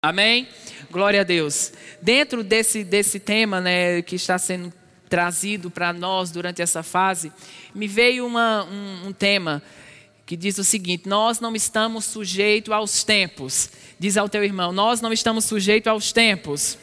Amém? Glória a Deus. Dentro desse tema, né, que está sendo trazido para nós durante essa fase, me veio um tema que diz o seguinte: nós não estamos sujeitos aos tempos. Diz ao teu irmão: nós não estamos sujeitos aos tempos.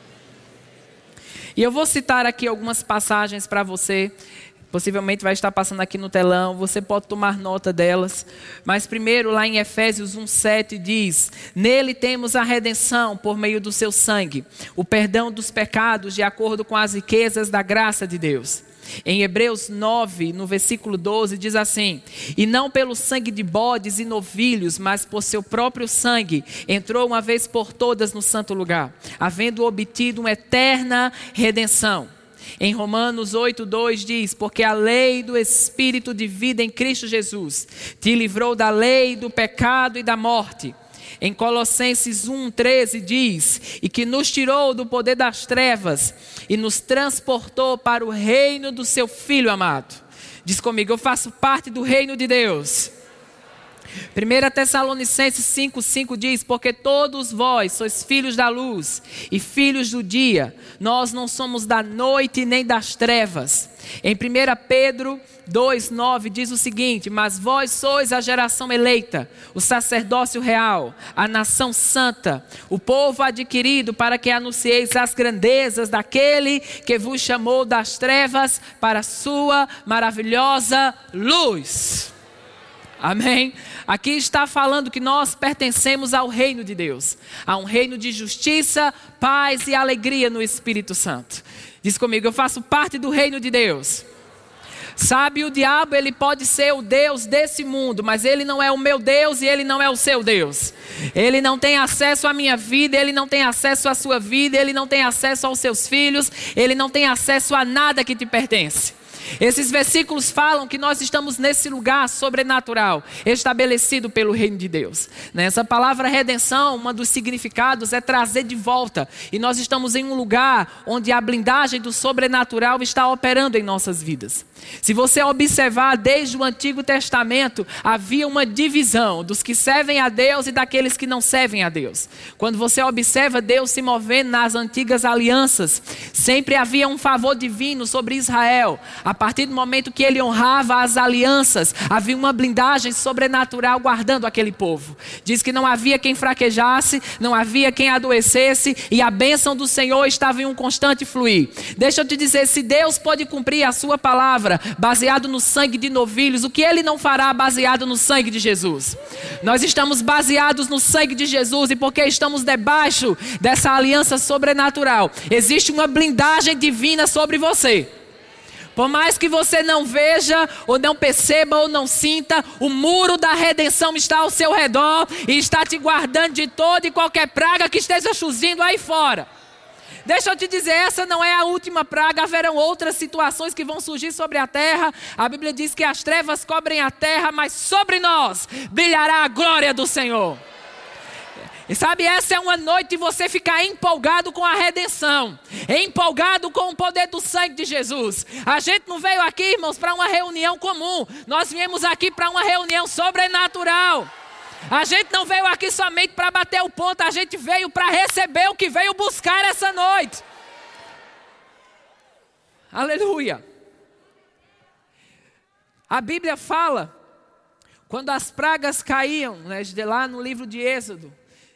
E eu vou citar aqui algumas passagens para você. Possivelmente vai estar passando aqui no telão, você pode tomar nota delas. Mas primeiro, lá em Efésios 1:7 diz: nele temos a redenção por meio do seu sangue, o perdão dos pecados de acordo com as riquezas da graça de Deus. Em Hebreus 9, no versículo 12, diz assim: e não pelo sangue de bodes e novilhos, mas por seu próprio sangue, entrou uma vez por todas no santo lugar, havendo obtido uma eterna redenção. Em Romanos 8:2 diz: porque a lei do Espírito de vida em Cristo Jesus te livrou da lei do pecado e da morte. Em Colossenses 1:13 diz: e que nos tirou do poder das trevas e nos transportou para o reino do seu Filho amado. Diz comigo: eu faço parte do reino de Deus. 1 Tessalonicenses 5:5 diz: porque todos vós sois filhos da luz e filhos do dia. Nós não somos da noite nem das trevas. Em 1 Pedro 2:9 diz o seguinte: mas vós sois a geração eleita, o sacerdócio real, a nação santa, o povo adquirido, para que anuncieis as grandezas daquele que vos chamou das trevas para a sua maravilhosa luz. Amém? Aqui está falando que nós pertencemos ao reino de Deus, a um reino de justiça, paz e alegria no Espírito Santo. Diz comigo: eu faço parte do reino de Deus. Sabe, o diabo, ele pode ser o Deus desse mundo, mas ele não é o meu Deus e ele não é o seu Deus. Ele não tem acesso à minha vida, ele não tem acesso à sua vida, ele não tem acesso aos seus filhos, ele não tem acesso a nada que te pertence. Esses versículos falam que nós estamos nesse lugar sobrenatural, estabelecido pelo reino de Deus. Nessa palavra redenção, um dos significados é trazer de volta. E nós estamos em um lugar onde a blindagem do sobrenatural está operando em nossas vidas. Se você observar, desde o Antigo Testamento, havia uma divisão dos que servem a Deus e daqueles que não servem a Deus. Quando você observa Deus se movendo nas antigas alianças, sempre havia um favor divino sobre Israel. A partir do momento que ele honrava as alianças, havia uma blindagem sobrenatural guardando aquele povo. Diz que não havia quem fraquejasse, não havia quem adoecesse, e a bênção do Senhor estava em um constante fluir. Deixa eu te dizer, se Deus pode cumprir a sua palavra baseado no sangue de novilhos, o que ele não fará baseado no sangue de Jesus? Nós estamos baseados no sangue de Jesus, e porque estamos debaixo dessa aliança sobrenatural, existe uma blindagem divina sobre você. Por mais que você não veja, ou não perceba, ou não sinta, o muro da redenção está ao seu redor e está te guardando de toda e qualquer praga que esteja surgindo aí fora. Deixa eu te dizer, essa não é a última praga, haverão outras situações que vão surgir sobre a terra. A Bíblia diz que as trevas cobrem a terra, mas sobre nós brilhará a glória do Senhor. E sabe, essa é uma noite de você ficar empolgado com a redenção, empolgado com o poder do sangue de Jesus. A gente não veio aqui, irmãos, para uma reunião comum. Nós viemos aqui para uma reunião sobrenatural. A gente não veio aqui somente para bater o ponto, a gente veio para receber o que veio buscar essa noite. Aleluia. A Bíblia fala, quando as pragas caíam, né, lá no livro de Êxodo,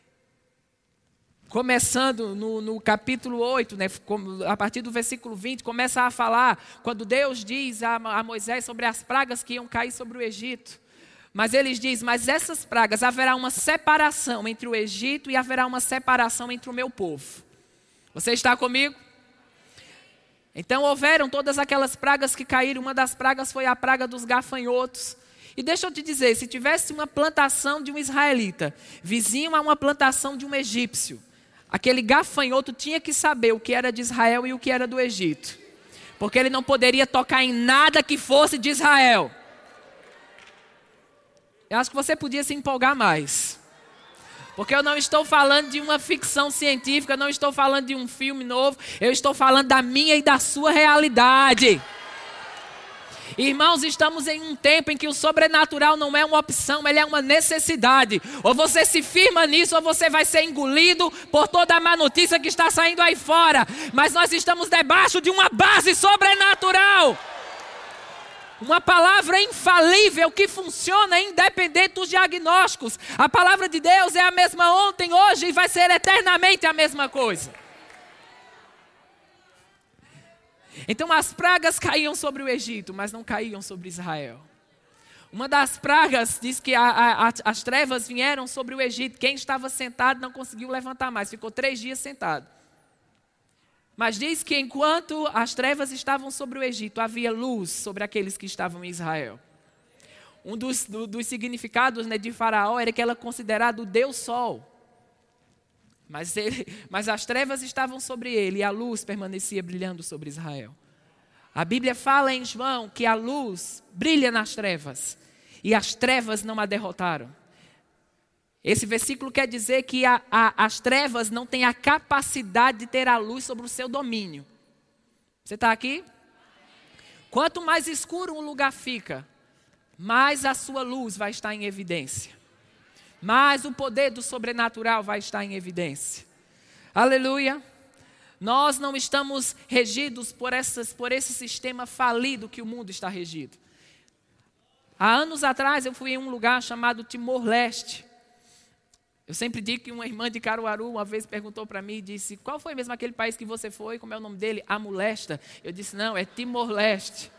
começando no capítulo 8, né, a partir do versículo 20, começa a falar, quando Deus diz a Moisés sobre as pragas que iam cair sobre o Egito. Mas eles dizem: mas essas pragas, haverá uma separação entre o Egito e haverá uma separação entre o meu povo. Você está comigo? Então houveram todas aquelas pragas que caíram. Uma das pragas foi a praga dos gafanhotos. E deixa eu te dizer, se tivesse uma plantação de um israelita, vizinho a uma plantação de um egípcio, aquele gafanhoto tinha que saber o que era de Israel e o que era do Egito. Porque ele não poderia tocar em nada que fosse de Israel. Eu acho que você podia se empolgar mais. Porque eu não estou falando de uma ficção científica, não estou falando de um filme novo. Eu estou falando da minha e da sua realidade. Irmãos, estamos em um tempo em que o sobrenatural não é uma opção, ele é uma necessidade. Ou você se firma nisso, ou você vai ser engolido por toda a má notícia que está saindo aí fora. Mas nós estamos debaixo de uma base sobrenatural. Uma palavra infalível que funciona independente dos diagnósticos. A palavra de Deus é a mesma ontem, hoje e vai ser eternamente a mesma coisa. Então as pragas caíam sobre o Egito, mas não caíam sobre Israel. Uma das pragas diz que as trevas vieram sobre o Egito. Quem estava sentado não conseguiu levantar mais, ficou 3 dias sentado. Mas diz que enquanto as trevas estavam sobre o Egito, havia luz sobre aqueles que estavam em Israel. Um dos significados, né, de Faraó era que ela era considerada o Deus Sol. Mas as trevas estavam sobre ele e a luz permanecia brilhando sobre Israel. A Bíblia fala em João que a luz brilha nas trevas e as trevas não a derrotaram. Esse versículo quer dizer que as trevas não têm a capacidade de ter a luz sobre o seu domínio. Você está aqui? Quanto mais escuro um lugar fica, mais a sua luz vai estar em evidência. Mas o poder do sobrenatural vai estar em evidência. Aleluia. Nós não estamos regidos por esse sistema falido que o mundo está regido. Há anos atrás eu fui em um lugar chamado Timor-Leste. Eu sempre digo que uma irmã de Caruaru uma vez perguntou para mim e disse: qual foi mesmo aquele país que você foi? Como é o nome dele? A Molesta. Eu disse: não, é Timor-Leste.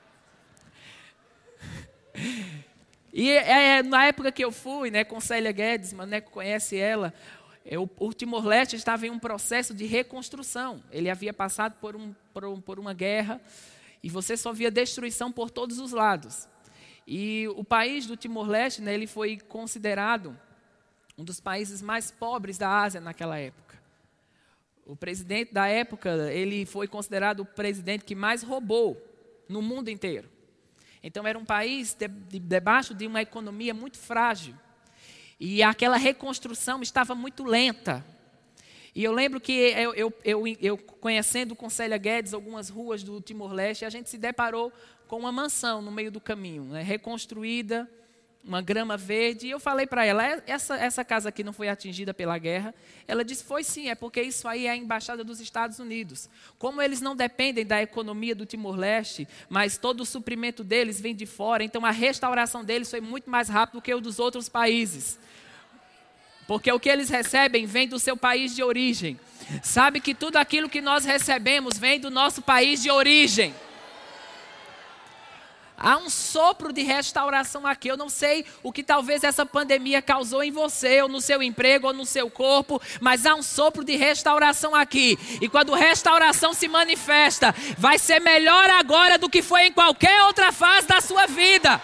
E na época que eu fui, né, com Célia Guedes, Maneco conhece ela, o Timor-Leste estava em um processo de reconstrução. Ele havia passado por uma guerra e você só via destruição por todos os lados. E o país do Timor-Leste, né, ele foi considerado um dos países mais pobres da Ásia naquela época. O presidente da época, ele foi considerado o presidente que mais roubou no mundo inteiro. Então era um país debaixo de uma economia muito frágil. E aquela reconstrução estava muito lenta. E eu lembro que eu conhecendo com Célia Guedes algumas ruas do Timor-Leste, a gente se deparou com uma mansão no meio do caminho, né, reconstruída, uma grama verde. E eu falei para ela: essa casa aqui não foi atingida pela guerra? Ela disse: foi sim, é porque isso aí é a embaixada dos Estados Unidos. Como eles não dependem da economia do Timor-Leste, mas todo o suprimento deles vem de fora, então a restauração deles foi muito mais rápida do que o dos outros países. Porque o que eles recebem vem do seu país de origem. Sabe que tudo aquilo que nós recebemos vem do nosso país de origem. Há um sopro de restauração aqui. Eu não sei o que talvez essa pandemia causou em você, ou no seu emprego, ou no seu corpo, mas há um sopro de restauração aqui. E quando restauração se manifesta, vai ser melhor agora do que foi em qualquer outra fase da sua vida.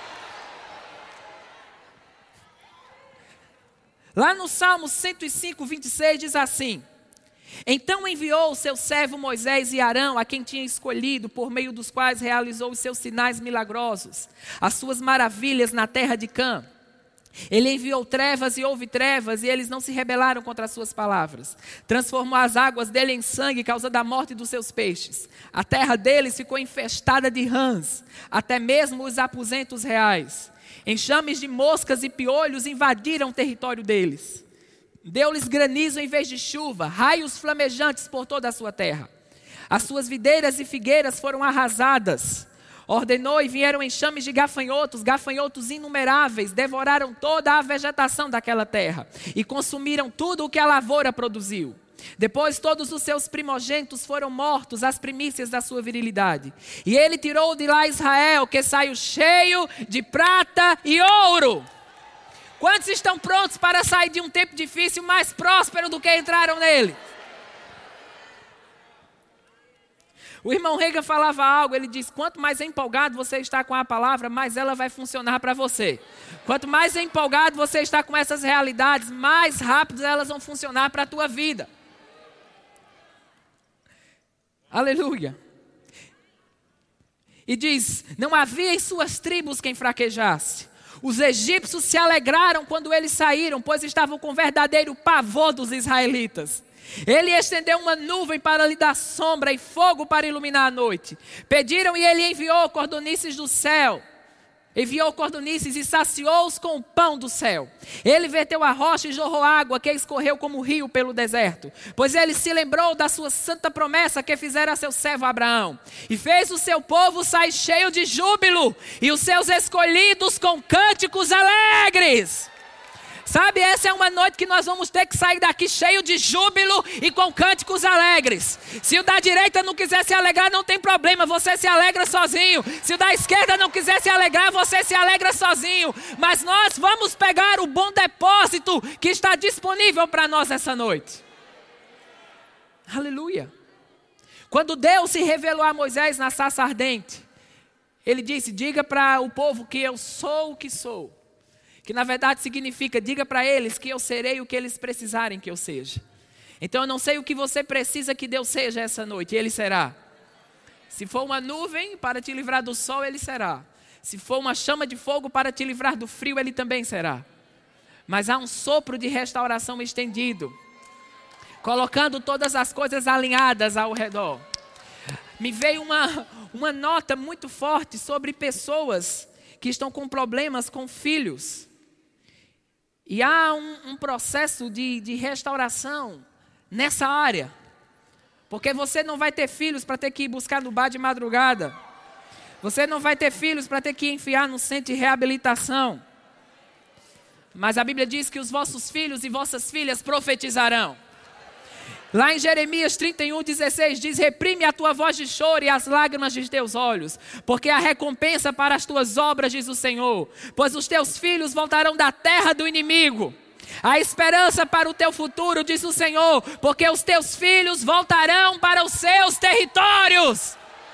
Lá no Salmo 105, 26 diz assim: então enviou o seu servo Moisés e Arão, a quem tinha escolhido, por meio dos quais realizou os seus sinais milagrosos, as suas maravilhas na terra de Cã. Ele enviou trevas e houve trevas, e eles não se rebelaram contra as suas palavras. Transformou as águas dele em sangue, causando a morte dos seus peixes. A terra deles ficou infestada de rãs, até mesmo os aposentos reais. Enxames de moscas e piolhos invadiram o território deles. Deu-lhes granizo em vez de chuva, raios flamejantes por toda a sua terra. As suas videiras e figueiras foram arrasadas. Ordenou e vieram enxames de gafanhotos, gafanhotos inumeráveis, devoraram toda a vegetação daquela terra e consumiram tudo o que a lavoura produziu. Depois todos os seus primogênitos foram mortos, as primícias da sua virilidade. E ele tirou de lá Israel, que saiu cheio de prata e ouro. Quantos estão prontos para sair de um tempo difícil mais próspero do que entraram nele? O irmão Reagan falava algo, ele diz: quanto mais empolgado você está com a palavra, mais ela vai funcionar para você. Quanto mais empolgado você está com essas realidades, mais rápido elas vão funcionar para a tua vida. Aleluia. E diz: não havia em suas tribos quem fraquejasse. Os egípcios se alegraram quando eles saíram, pois estavam com verdadeiro pavor dos israelitas. Ele estendeu uma nuvem para lhe dar sombra e fogo para iluminar a noite. Pediram e ele enviou cordonices do céu. Enviou cordonices e saciou-os com o pão do céu. Ele verteu a rocha e jorrou água que escorreu como rio pelo deserto. Pois ele se lembrou da sua santa promessa que fizera a seu servo Abraão. E fez o seu povo sair cheio de júbilo. E os seus escolhidos com cânticos alegres. Sabe, essa é uma noite que nós vamos ter que sair daqui cheio de júbilo e com cânticos alegres. Se o da direita não quiser se alegrar, não tem problema, você se alegra sozinho. Se o da esquerda não quiser se alegrar, você se alegra sozinho. Mas nós vamos pegar o bom depósito que está disponível para nós essa noite. Aleluia. Quando Deus se revelou a Moisés na sarça ardente, ele disse: diga para o povo que eu sou o que sou. Que na verdade significa, diga para eles que eu serei o que eles precisarem que eu seja. Então eu não sei o que você precisa que Deus seja essa noite, Ele será. Se for uma nuvem para te livrar do sol, Ele será. Se for uma chama de fogo para te livrar do frio, Ele também será. Mas há um sopro de restauração estendido, colocando todas as coisas alinhadas ao redor. Me veio uma nota muito forte sobre pessoas que estão com problemas com filhos. E há um processo de restauração nessa área. Porque você não vai ter filhos para ter que ir buscar no bar de madrugada. Você não vai ter filhos para ter que enfiar no centro de reabilitação. Mas a Bíblia diz que os vossos filhos e vossas filhas profetizarão. Lá em Jeremias 31:16 diz: reprime a tua voz de choro e as lágrimas de teus olhos, porque a recompensa para as tuas obras, diz o Senhor. Pois os teus filhos voltarão da terra do inimigo. A esperança para o teu futuro, diz o Senhor, porque os teus filhos voltarão para os seus territórios.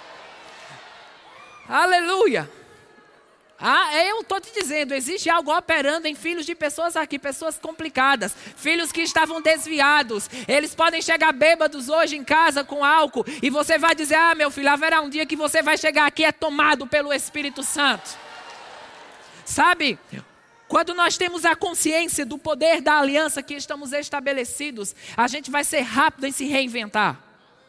Aleluia. Eu estou te dizendo, existe algo operando em filhos de pessoas aqui, pessoas complicadas, filhos que estavam desviados. Eles podem chegar bêbados hoje em casa com álcool e você vai dizer: meu filho, haverá um dia que você vai chegar aqui tomado pelo Espírito Santo. Sabe, quando nós temos a consciência do poder da aliança que estamos estabelecidos, a gente vai ser rápido em se reinventar.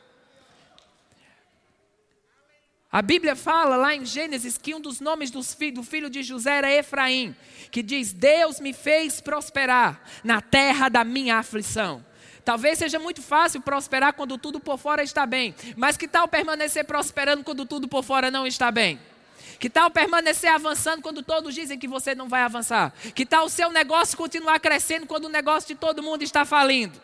A Bíblia fala lá em Gênesis que um dos nomes do filho de José era Efraim, que diz: Deus me fez prosperar na terra da minha aflição. Talvez seja muito fácil prosperar quando tudo por fora está bem, mas que tal permanecer prosperando quando tudo por fora não está bem? Que tal permanecer avançando quando todos dizem que você não vai avançar? Que tal o seu negócio continuar crescendo quando o negócio de todo mundo está falindo?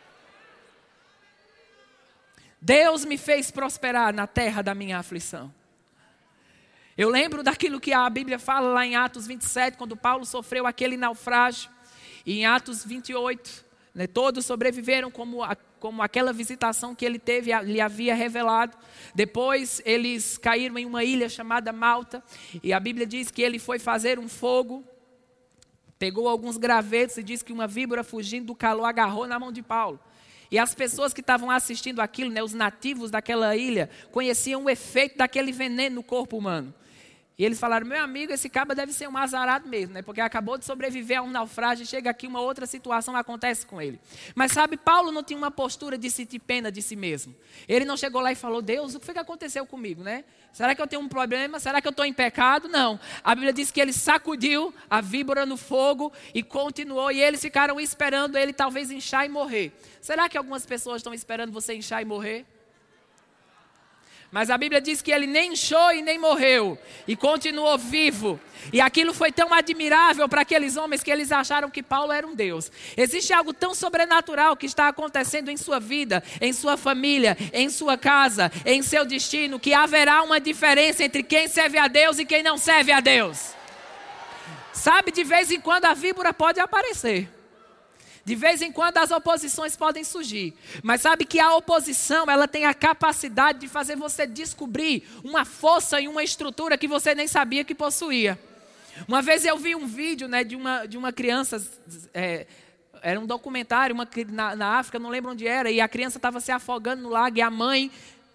Deus me fez prosperar na terra da minha aflição. Eu lembro daquilo que a Bíblia fala lá em Atos 27, quando Paulo sofreu aquele naufrágio. E em Atos 28, todos sobreviveram como aquela visitação que ele teve, lhe havia revelado. Depois eles caíram em uma ilha chamada Malta. E a Bíblia diz que ele foi fazer um fogo. Pegou alguns gravetos e diz que uma víbora fugindo do calor agarrou na mão de Paulo. E as pessoas que estavam assistindo aquilo, os nativos daquela ilha, conheciam o efeito daquele veneno no corpo humano. E eles falaram: meu amigo, esse caba deve ser um azarado mesmo, porque acabou de sobreviver a um naufrágio e chega aqui uma outra situação acontece com ele. Mas sabe, Paulo não tinha uma postura de sentir pena de si mesmo. Ele não chegou lá e falou: Deus, o que foi que aconteceu comigo, Será que eu tenho um problema? Será que eu estou em pecado? Não. A Bíblia diz que ele sacudiu a víbora no fogo e continuou. E eles ficaram esperando ele talvez inchar e morrer. Será que algumas pessoas estão esperando você inchar e morrer? Mas a Bíblia diz que ele nem inchou e nem morreu. E continuou vivo. E aquilo foi tão admirável para aqueles homens que eles acharam que Paulo era um Deus. Existe algo tão sobrenatural que está acontecendo em sua vida, em sua família, em sua casa, em seu destino, que haverá uma diferença entre quem serve a Deus e quem não serve a Deus. Sabe, de vez em quando a víbora pode aparecer. De vez em quando as oposições podem surgir. Mas sabe que a oposição, ela tem a capacidade de fazer você descobrir uma força e uma estrutura que você nem sabia que possuía. Uma vez eu vi um vídeo de uma criança, era um documentário na África, não lembro onde era, e a criança estava se afogando no lago e a mãe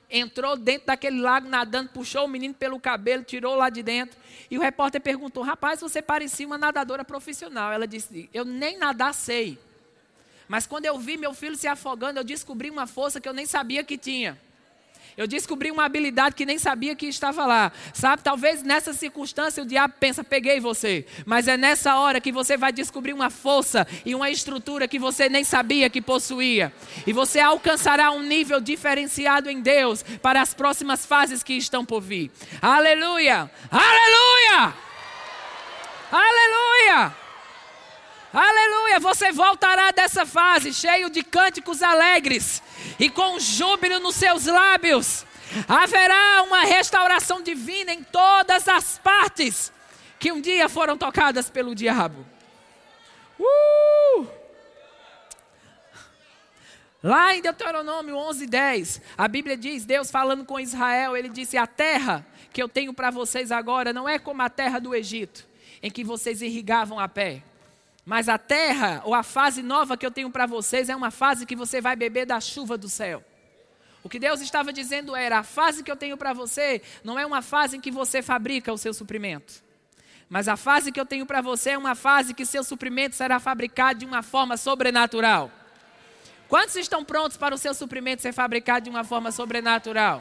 entrou dentro daquele lago nadando, puxou o menino pelo cabelo, tirou lá de dentro. E o repórter perguntou, rapaz, você parecia uma nadadora profissional. Ela disse, eu nem nadar sei. Mas quando eu vi meu filho se afogando, eu descobri uma força que eu nem sabia que tinha. Eu descobri uma habilidade que nem sabia que estava lá. Sabe, talvez nessa circunstância o diabo pensa, peguei você. Mas é nessa hora que você vai descobrir uma força e uma estrutura que você nem sabia que possuía. E você alcançará um nível diferenciado em Deus para as próximas fases que estão por vir. Aleluia! Aleluia! Aleluia! Aleluia! Você voltará dessa fase cheio de cânticos alegres e com júbilo nos seus lábios. Haverá uma restauração divina em todas as partes que um dia foram tocadas pelo diabo. Lá em Deuteronômio 11:10, a Bíblia diz, Deus falando com Israel, ele disse, a terra que eu tenho para vocês agora não é como a terra do Egito, em que vocês irrigavam a pé. Mas a terra, ou a fase nova que eu tenho para vocês, é uma fase que você vai beber da chuva do céu. O que Deus estava dizendo era, a fase que eu tenho para você, não é uma fase em que você fabrica o seu suprimento. Mas a fase que eu tenho para você é uma fase que seu suprimento será fabricado de uma forma sobrenatural. Quantos estão prontos para o seu suprimento ser fabricado de uma forma sobrenatural?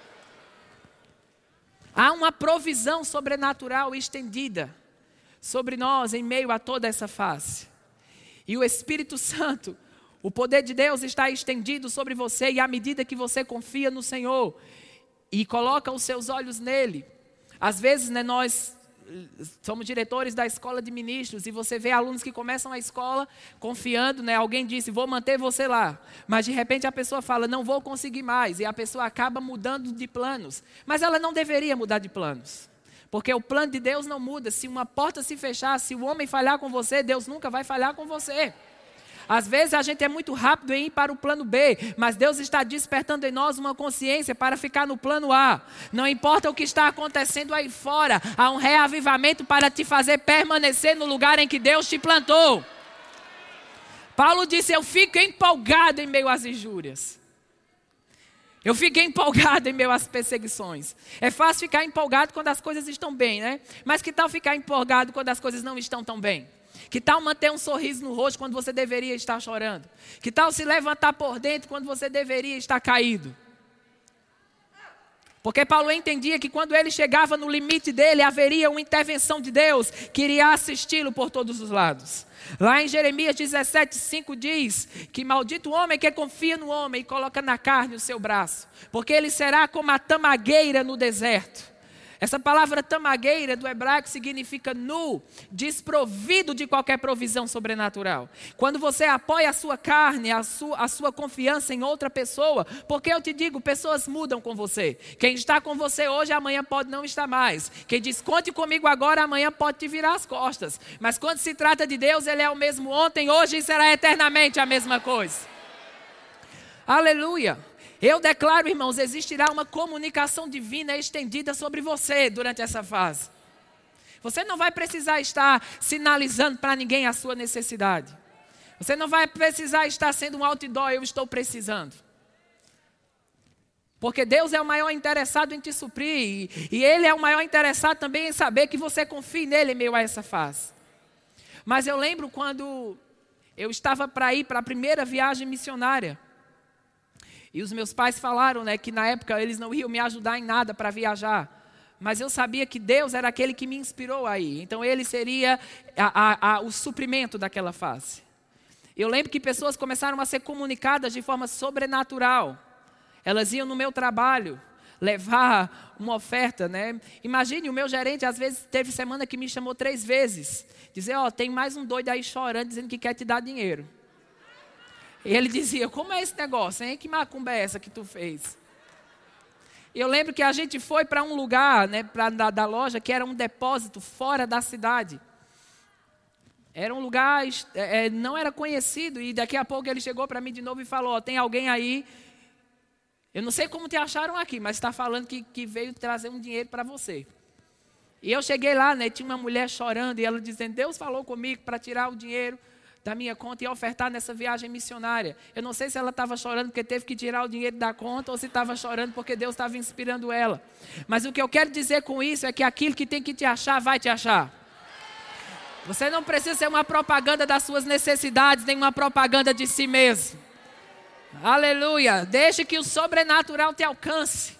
Há uma provisão sobrenatural estendida sobre nós em meio a toda essa fase. E o Espírito Santo, o poder de Deus está estendido sobre você, e à medida que você confia no Senhor e coloca os seus olhos nele, às vezes, nós somos diretores da escola de ministros e você vê alunos que começam a escola confiando, alguém disse, vou manter você lá, mas de repente a pessoa fala, não vou conseguir mais, e a pessoa acaba mudando de planos, mas ela não deveria mudar de planos. Porque o plano de Deus não muda. Se uma porta se fechar, se o homem falhar com você, Deus nunca vai falhar com você. Às vezes a gente é muito rápido em ir para o plano B, mas Deus está despertando em nós uma consciência para ficar no plano A. Não importa o que está acontecendo aí fora, há um reavivamento para te fazer permanecer no lugar em que Deus te plantou. Paulo disse, eu fico empolgado em meio às injúrias. Eu fiquei empolgado em meio às perseguições. É fácil ficar empolgado quando as coisas estão bem, né? Mas que tal ficar empolgado quando as coisas não estão tão bem? Que tal manter um sorriso no rosto quando você deveria estar chorando? Que tal se levantar por dentro quando você deveria estar caído? Porque Paulo entendia que quando ele chegava no limite dele, haveria uma intervenção de Deus que iria assisti-lo por todos os lados. Lá em Jeremias 17:5 diz que maldito o homem que confia no homem e coloca na carne o seu braço, porque ele será como a tamagueira no deserto. Essa palavra tamagueira do hebraico significa nu, desprovido de qualquer provisão sobrenatural. Quando você apoia a sua carne, a sua confiança em outra pessoa, porque eu te digo, pessoas mudam com você. Quem está com você hoje, amanhã pode não estar mais. Quem diz, conte comigo agora, amanhã pode te virar as costas. Mas quando se trata de Deus, Ele é o mesmo ontem, hoje e será eternamente a mesma coisa. Aleluia! Eu declaro, irmãos, existirá uma comunicação divina estendida sobre você durante essa fase. Você não vai precisar estar sinalizando para ninguém a sua necessidade. Você não vai precisar estar sendo um outdoor, eu estou precisando. Porque Deus é o maior interessado em te suprir. E Ele é o maior interessado também em saber que você confie nele em meio a essa fase. Mas eu lembro quando eu estava para ir para a primeira viagem missionária. E os meus pais falaram, que na época eles não iam me ajudar em nada para viajar. Mas eu sabia que Deus era aquele que me inspirou a ir. Então Ele seria o suprimento daquela fase. Eu lembro que pessoas começaram a ser comunicadas de forma sobrenatural. Elas iam no meu trabalho levar uma oferta, Imagine, o meu gerente às vezes teve semana que me chamou 3 vezes. Dizer, tem mais um doido aí chorando dizendo que quer te dar dinheiro. E ele dizia, como é esse negócio, hein? Que macumba é essa que tu fez? E eu lembro que a gente foi para um lugar, da loja, que era um depósito fora da cidade. Era um lugar, não era conhecido. E daqui a pouco ele chegou para mim de novo e falou, tem alguém aí, eu não sei como te acharam aqui, mas está falando que veio trazer um dinheiro para você. E eu cheguei lá, tinha uma mulher chorando e ela dizendo, Deus falou comigo para tirar o dinheiro da minha conta e ofertar nessa viagem missionária. Eu não sei se ela estava chorando porque teve que tirar o dinheiro da conta ou se estava chorando porque Deus estava inspirando ela. Mas o que eu quero dizer com isso é que aquilo que tem que te achar, vai te achar. Você não precisa ser uma propaganda das suas necessidades, nem uma propaganda de si mesmo. Aleluia. Deixe que o sobrenatural te alcance.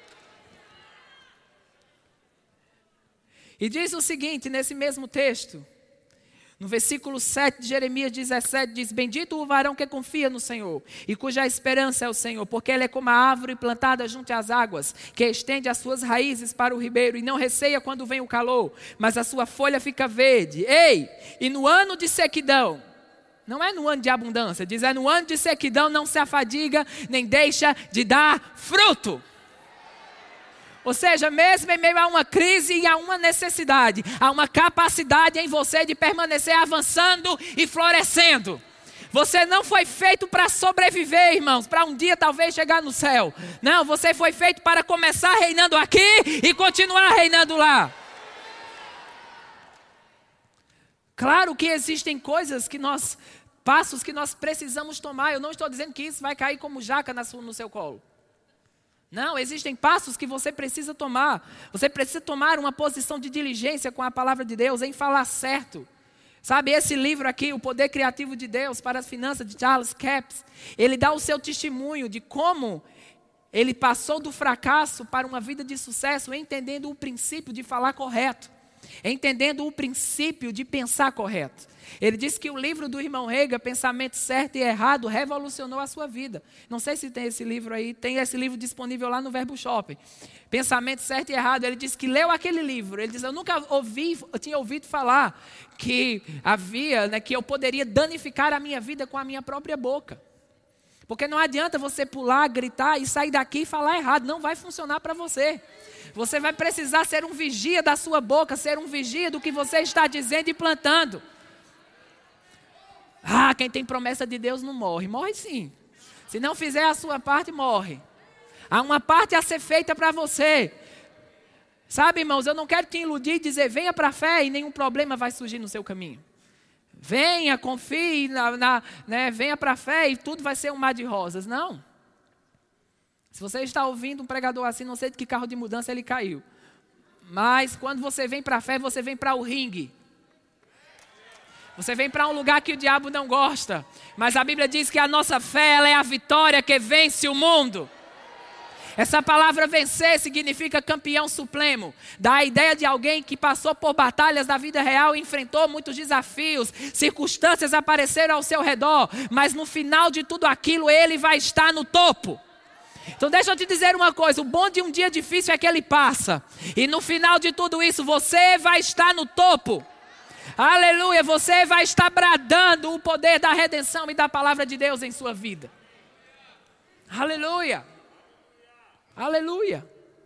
E diz o seguinte, nesse mesmo texto, no versículo 7 de Jeremias 17, diz: bendito o varão que confia no Senhor e cuja esperança é o Senhor, porque ele é como a árvore plantada junto às águas, que estende as suas raízes para o ribeiro e não receia quando vem o calor, mas a sua folha fica verde. Ei, e no ano de sequidão, não é no ano de abundância, diz é no ano de sequidão não se afadiga, nem deixa de dar fruto. Ou seja, mesmo em meio a uma crise e a uma necessidade, há uma capacidade em você de permanecer avançando e florescendo. Você não foi feito para sobreviver, irmãos, para um dia talvez chegar no céu. Não, você foi feito para começar reinando aqui e continuar reinando lá. Claro que existem coisas passos que nós precisamos tomar. Eu não estou dizendo que isso vai cair como jaca no seu colo. Não, existem passos que você precisa tomar. Você precisa tomar uma posição de diligência com a palavra de Deus, em falar certo. Sabe, esse livro aqui, O Poder Criativo de Deus para as Finanças, de Charles Capps, ele dá o seu testemunho de como ele passou do fracasso para uma vida de sucesso, entendendo o princípio de falar correto, entendendo o princípio de pensar correto. Ele disse que o livro do irmão Reagan, Pensamento Certo e Errado, revolucionou a sua vida. Não sei se tem esse livro aí, tem esse livro disponível lá no Verbo Shopping. Pensamento Certo e Errado. Ele disse que leu aquele livro. Ele disse: eu nunca tinha ouvido falar que havia, que eu poderia danificar a minha vida com a minha própria boca. Porque não adianta você pular, gritar e sair daqui e falar errado. Não vai funcionar para você. Você vai precisar ser um vigia da sua boca, ser um vigia do que você está dizendo e plantando. Ah, quem tem promessa de Deus não morre. Morre sim. Se não fizer a sua parte, morre. Há uma parte a ser feita para você. Sabe, irmãos, eu não quero te iludir e dizer: venha para a fé e nenhum problema vai surgir no seu caminho. Venha, confie, venha para a fé e tudo vai ser um mar de rosas. Não. Se você está ouvindo um pregador assim, não sei de que carro de mudança ele caiu. Mas quando você vem para a fé, você vem para o ringue. Você vem para um lugar que o diabo não gosta. Mas a Bíblia diz que a nossa fé, ela é a vitória que vence o mundo. Essa palavra vencer significa campeão supremo. Dá a ideia de alguém que passou por batalhas da vida real e enfrentou muitos desafios. Circunstâncias apareceram ao seu redor. Mas no final de tudo aquilo, ele vai estar no topo. Então deixa eu te dizer uma coisa. O bom de um dia difícil é que ele passa. E no final de tudo isso, você vai estar no topo. Aleluia, você vai estar bradando o poder da redenção e da palavra de Deus em sua vida. Aleluia. Aleluia.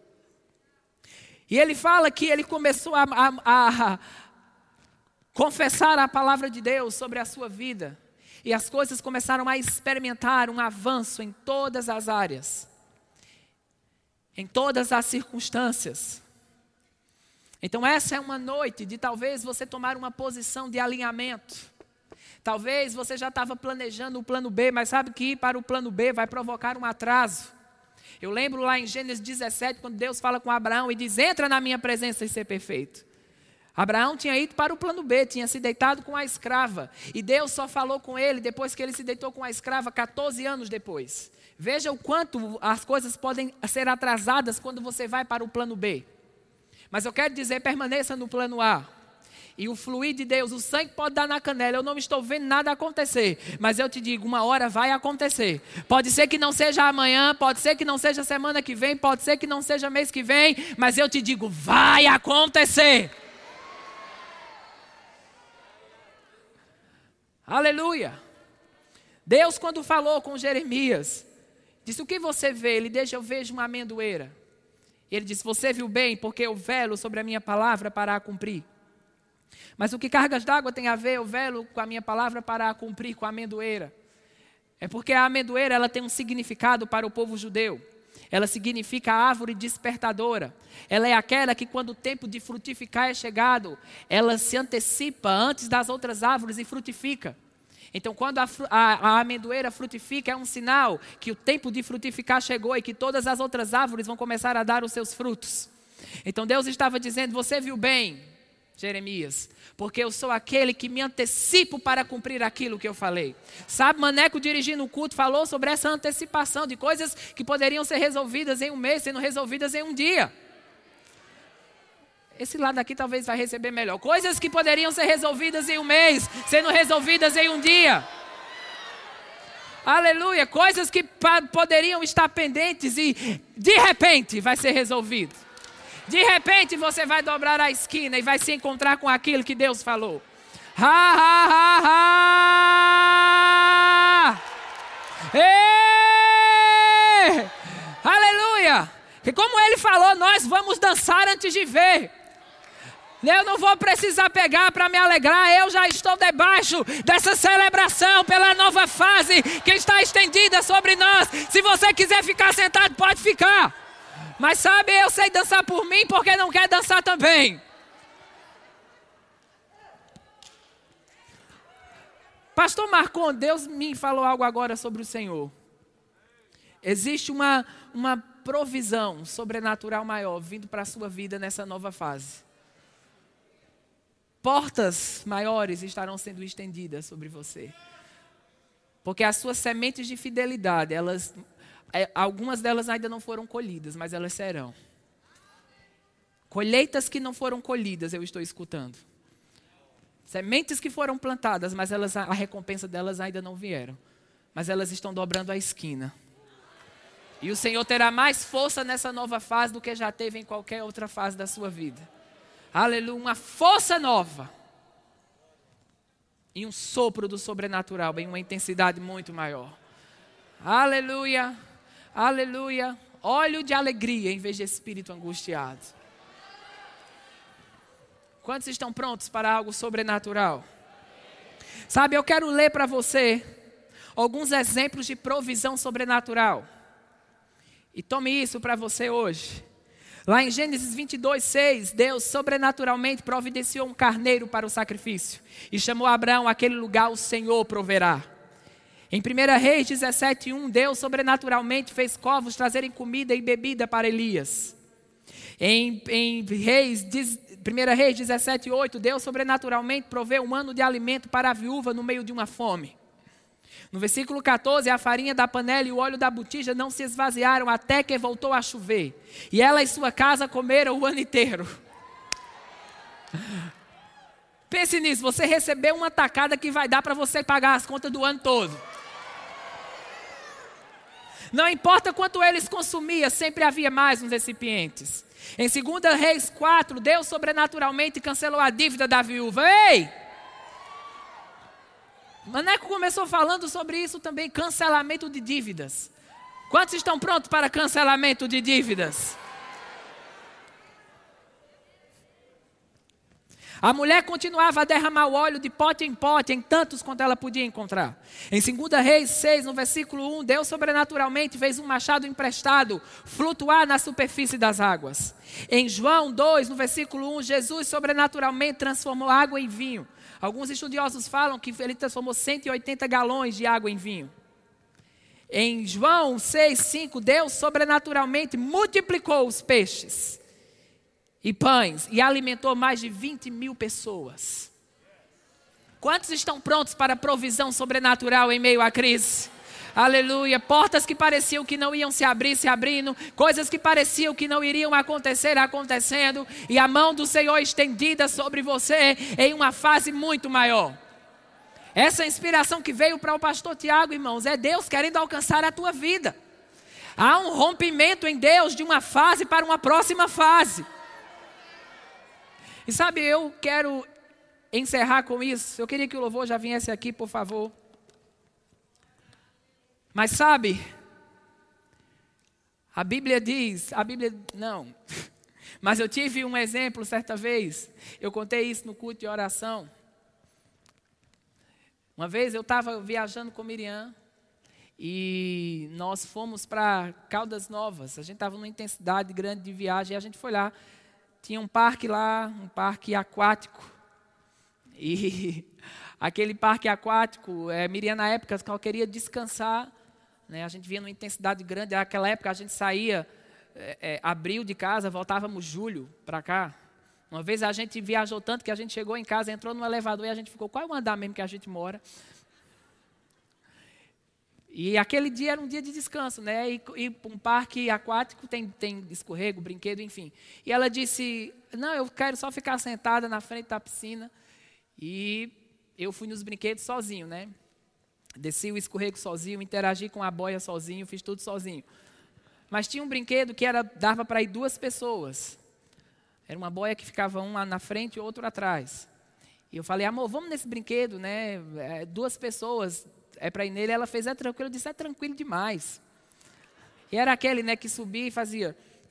E ele fala que ele começou a confessar a palavra de Deus sobre a sua vida. E as coisas começaram a experimentar um avanço em todas as áreas. Em todas as circunstâncias. Então essa é uma noite de talvez você tomar uma posição de alinhamento. Talvez você já estava planejando o plano B, mas sabe que ir para o plano B vai provocar um atraso. Eu lembro lá em Gênesis 17, quando Deus fala com Abraão e diz: entra na minha presença e ser perfeito. Abraão tinha ido para o plano B, tinha se deitado com a escrava. E Deus só falou com ele depois que ele se deitou com a escrava 14 anos depois. Veja o quanto as coisas podem ser atrasadas quando você vai para o plano B. Mas eu quero dizer, permaneça no plano A. E o fluir de Deus, o sangue pode dar na canela. Eu não estou vendo nada acontecer. Mas eu te digo, uma hora vai acontecer. Pode ser que não seja amanhã, pode ser que não seja semana que vem, pode ser que não seja mês que vem. Mas eu te digo, vai acontecer. Aleluia. Deus, quando falou com Jeremias, disse: o que você vê? Ele diz: eu vejo uma amendoeira. Ele disse: você viu bem, porque eu velo sobre a minha palavra para a cumprir. Mas o que cargas d'água tem a ver? Eu velo com a minha palavra para a cumprir, com a amendoeira. É porque a amendoeira, ela tem um significado para o povo judeu. Ela significa árvore despertadora. Ela é aquela que, quando o tempo de frutificar é chegado, ela se antecipa antes das outras árvores e frutifica. Então, quando a amendoeira frutifica, é um sinal que o tempo de frutificar chegou e que todas as outras árvores vão começar a dar os seus frutos. Então, Deus estava dizendo: você viu bem, Jeremias, porque eu sou aquele que me antecipo para cumprir aquilo que eu falei. Sabe, Maneco, dirigindo o culto, falou sobre essa antecipação de coisas que poderiam ser resolvidas em um mês, sendo resolvidas em um dia. Esse lado aqui talvez vai receber melhor. Coisas que poderiam ser resolvidas em um mês, sendo resolvidas em um dia. Aleluia. Coisas que poderiam estar pendentes e de repente vai ser resolvido. De repente você vai dobrar a esquina e vai se encontrar com aquilo que Deus falou. Ha, ha, ha, ha. Ei! Aleluia. E como ele falou, nós vamos dançar antes de ver. Eu não vou precisar pegar para me alegrar. Eu já estou debaixo dessa celebração pela nova fase que está estendida sobre nós. Se você quiser ficar sentado, pode ficar. Mas sabe, eu sei dançar por mim, porque não quer dançar também. Pastor Marcon, Deus me falou algo agora sobre o Senhor. Existe uma provisão sobrenatural maior vindo para a sua vida nessa nova fase. Portas maiores estarão sendo estendidas sobre você. Porque as suas sementes de fidelidade, algumas delas ainda não foram colhidas, mas elas serão. Colheitas que não foram colhidas, eu estou escutando. Sementes que foram plantadas, mas a recompensa delas ainda não vieram. Mas elas estão dobrando a esquina. E o Senhor terá mais força nessa nova fase do que já teve em qualquer outra fase da sua vida. Aleluia, uma força nova. E um sopro do sobrenatural, em uma intensidade muito maior. Aleluia, aleluia. Óleo de alegria em vez de espírito angustiado. Quantos estão prontos para algo sobrenatural? Sabe, eu quero ler para você alguns exemplos de provisão sobrenatural. E tome isso para você hoje. Lá em Gênesis 22:6, Deus sobrenaturalmente providenciou um carneiro para o sacrifício. E chamou Abraão àquele lugar, o Senhor proverá. Em 1 Reis 17:1, Deus sobrenaturalmente fez corvos trazerem comida e bebida para Elias. Em 1 Reis 17:8, Deus sobrenaturalmente proveu um ano de alimento para a viúva no meio de uma fome. No versículo 14, a farinha da panela e o óleo da botija não se esvaziaram até que voltou a chover. E ela e sua casa comeram o ano inteiro. Pense nisso, você recebeu uma tacada que vai dar para você pagar as contas do ano todo. Não importa quanto eles consumiam, sempre havia mais nos recipientes. Em 2 Reis 4, Deus sobrenaturalmente cancelou a dívida da viúva. Ei! Maneco começou falando sobre isso também, cancelamento de dívidas. Quantos estão prontos para cancelamento de dívidas? A mulher continuava a derramar o óleo de pote em pote, em tantos quanto ela podia encontrar. Em 2 Reis 6, no versículo 1, Deus sobrenaturalmente fez um machado emprestado flutuar na superfície das águas. Em João 2, no versículo 1, Jesus sobrenaturalmente transformou água em vinho. Alguns estudiosos falam que ele transformou 180 galões de água em vinho. Em João 6:5, Deus sobrenaturalmente multiplicou os peixes e pães e alimentou mais de 20.000 pessoas. Quantos estão prontos para a provisão sobrenatural em meio à crise? Aleluia, portas que pareciam que não iam se abrir, se abrindo, coisas que pareciam que não iriam acontecer, acontecendo, e a mão do Senhor estendida sobre você em uma fase muito maior. Essa inspiração que veio para o pastor Tiago, irmãos, é Deus querendo alcançar a tua vida. Há um rompimento em Deus de uma fase para uma próxima fase. E sabe, eu quero encerrar com isso. Eu queria que o louvor já viesse aqui, por favor. Mas sabe, a Bíblia diz, mas eu tive um exemplo certa vez, eu contei isso no culto de oração. Uma vez eu estava viajando com Miriam e nós fomos para Caldas Novas, a gente estava numa intensidade grande de viagem e a gente foi lá, tinha um parque lá, um parque aquático. E Aquele parque aquático, Miriam na época só queria descansar, né? A gente via numa intensidade grande. Naquela época a gente saía abril de casa, voltávamos julho para cá. Uma vez a gente viajou tanto que a gente chegou em casa, entrou no elevador e a gente ficou, qual é o andar mesmo que a gente mora? E aquele dia era um dia de descanso, né? E um parque aquático tem escorrego, brinquedo, enfim. E ela disse, não, eu quero só ficar sentada na frente da piscina. E eu fui nos brinquedos sozinho, né? Desci o escorrego sozinho, interagi com a boia sozinho, fiz tudo sozinho. Mas tinha um brinquedo que dava para ir 2 pessoas. Era uma boia que ficava um na frente e outro atrás. E eu falei, amor, vamos nesse brinquedo, né? 2 pessoas, para ir nele. Ela fez, tranquilo. Eu disse, tranquilo demais. E era aquele, né, que subia e fazia.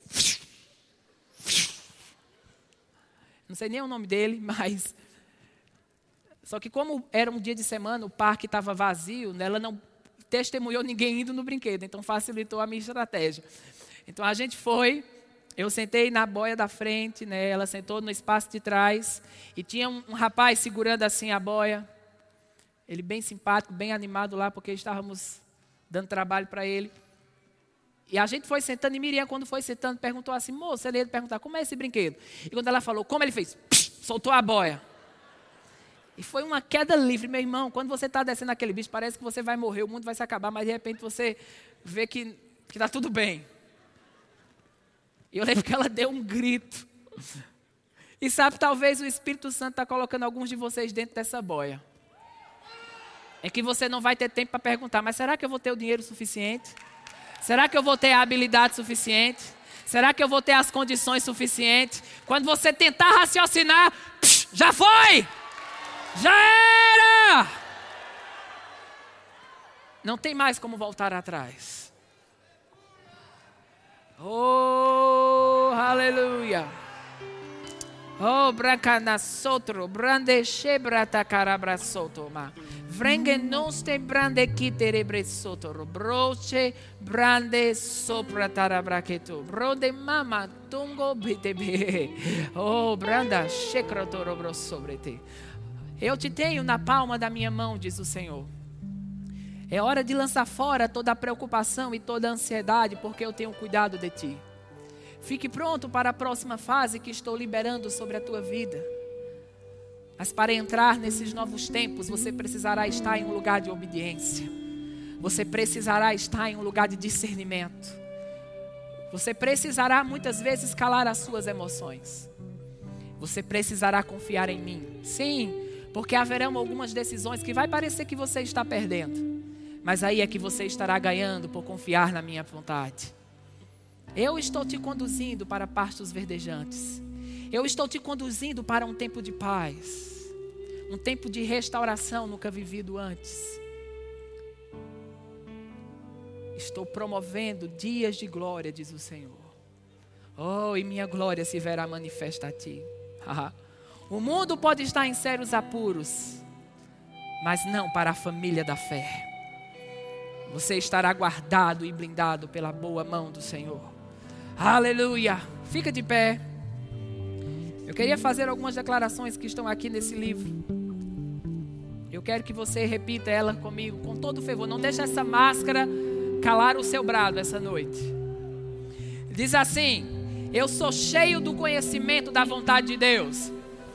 Não sei nem o nome dele, mas... Só que como era um dia de semana, o parque estava vazio, né, ela não testemunhou ninguém indo no brinquedo. Então facilitou a minha estratégia. Então a gente foi... Eu sentei na boia da frente, né? Ela sentou no espaço de trás. E tinha um rapaz segurando assim a boia. Ele bem simpático, bem animado lá, porque estávamos dando trabalho para ele. E a gente foi sentando, e Miriam, quando foi sentando, perguntou assim, moça, ele ia perguntar, como é esse brinquedo? E quando ela falou, como ele fez? Soltou a boia. E foi uma queda livre, meu irmão. Quando você está descendo aquele bicho, parece que você vai morrer, o mundo vai se acabar, mas de repente você vê que está tudo bem. E eu lembro que ela deu um grito. E sabe, talvez o Espírito Santo está colocando alguns de vocês dentro dessa boia. É que você não vai ter tempo para perguntar, mas será que eu vou ter o dinheiro suficiente? Será que eu vou ter a habilidade suficiente? Será que eu vou ter as condições suficientes? Quando você tentar raciocinar, já foi! Já era! Não tem mais como voltar atrás. Oh, aleluia. Oh, branca na sotro, brande shebrata carabra sotoma. Vrenge noste brande kiterebre sotoro. Broche brande sopra tarabraketo. Brode mama tungo bitebe. Oh, branda shekrotoro sobre te. Eu te tenho na palma da minha mão, diz o Senhor. É hora de lançar fora toda a preocupação e toda a ansiedade, porque eu tenho cuidado de ti. Fique pronto para a próxima fase que estou liberando sobre a tua vida. Mas para entrar nesses novos tempos, você precisará estar em um lugar de obediência. Você precisará estar em um lugar de discernimento. Você precisará muitas vezes calar as suas emoções. Você precisará confiar em mim. Sim, porque haverão algumas decisões que vai parecer que você está perdendo. Mas aí é que você estará ganhando por confiar na minha vontade. Eu estou te conduzindo para pastos verdejantes. Eu estou te conduzindo para um tempo de paz. Um tempo de restauração nunca vivido antes. Estou promovendo dias de glória, diz o Senhor. Oh, e minha glória se verá manifesta a ti. O mundo pode estar em sérios apuros, mas não para a família da fé. Você estará guardado e blindado pela boa mão do Senhor. Aleluia. Fica de pé. Eu queria fazer algumas declarações que estão aqui nesse livro. Eu quero que você repita ela comigo, com todo fervor. Não deixe essa máscara calar o seu brado essa noite. Diz assim: eu sou cheio do conhecimento da vontade de Deus,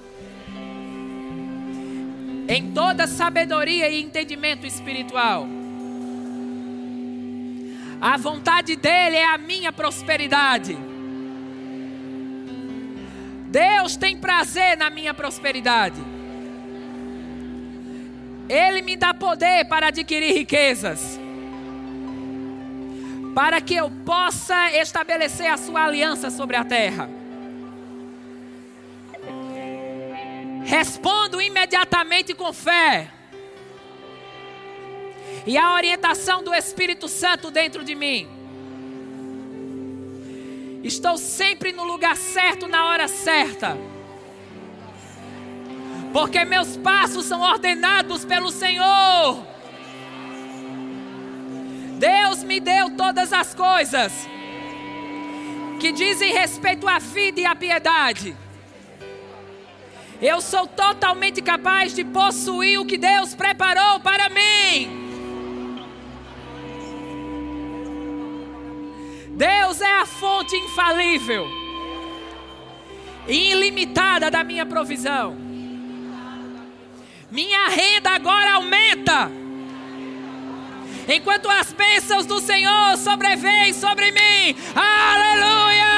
em toda sabedoria e entendimento espiritual. A vontade dele é a minha prosperidade. Deus tem prazer na minha prosperidade. Ele me dá poder para adquirir riquezas, para que eu possa estabelecer a sua aliança sobre a terra. Respondo imediatamente com fé. E a orientação do Espírito Santo dentro de mim. Estou sempre no lugar certo, na hora certa. Porque meus passos são ordenados pelo Senhor. Deus me deu todas as coisas que dizem respeito à vida e à piedade. Eu sou totalmente capaz de possuir o que Deus preparou para mim. Deus é a fonte infalível e ilimitada da minha provisão. Minha renda agora aumenta, enquanto as bênçãos do Senhor sobrevêm sobre mim. Aleluia!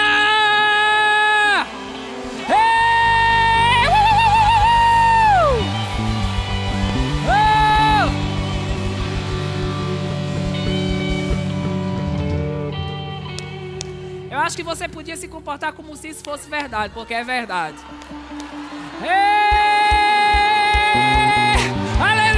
Eu acho que você podia se comportar como se isso fosse verdade, porque é verdade. Aleluia!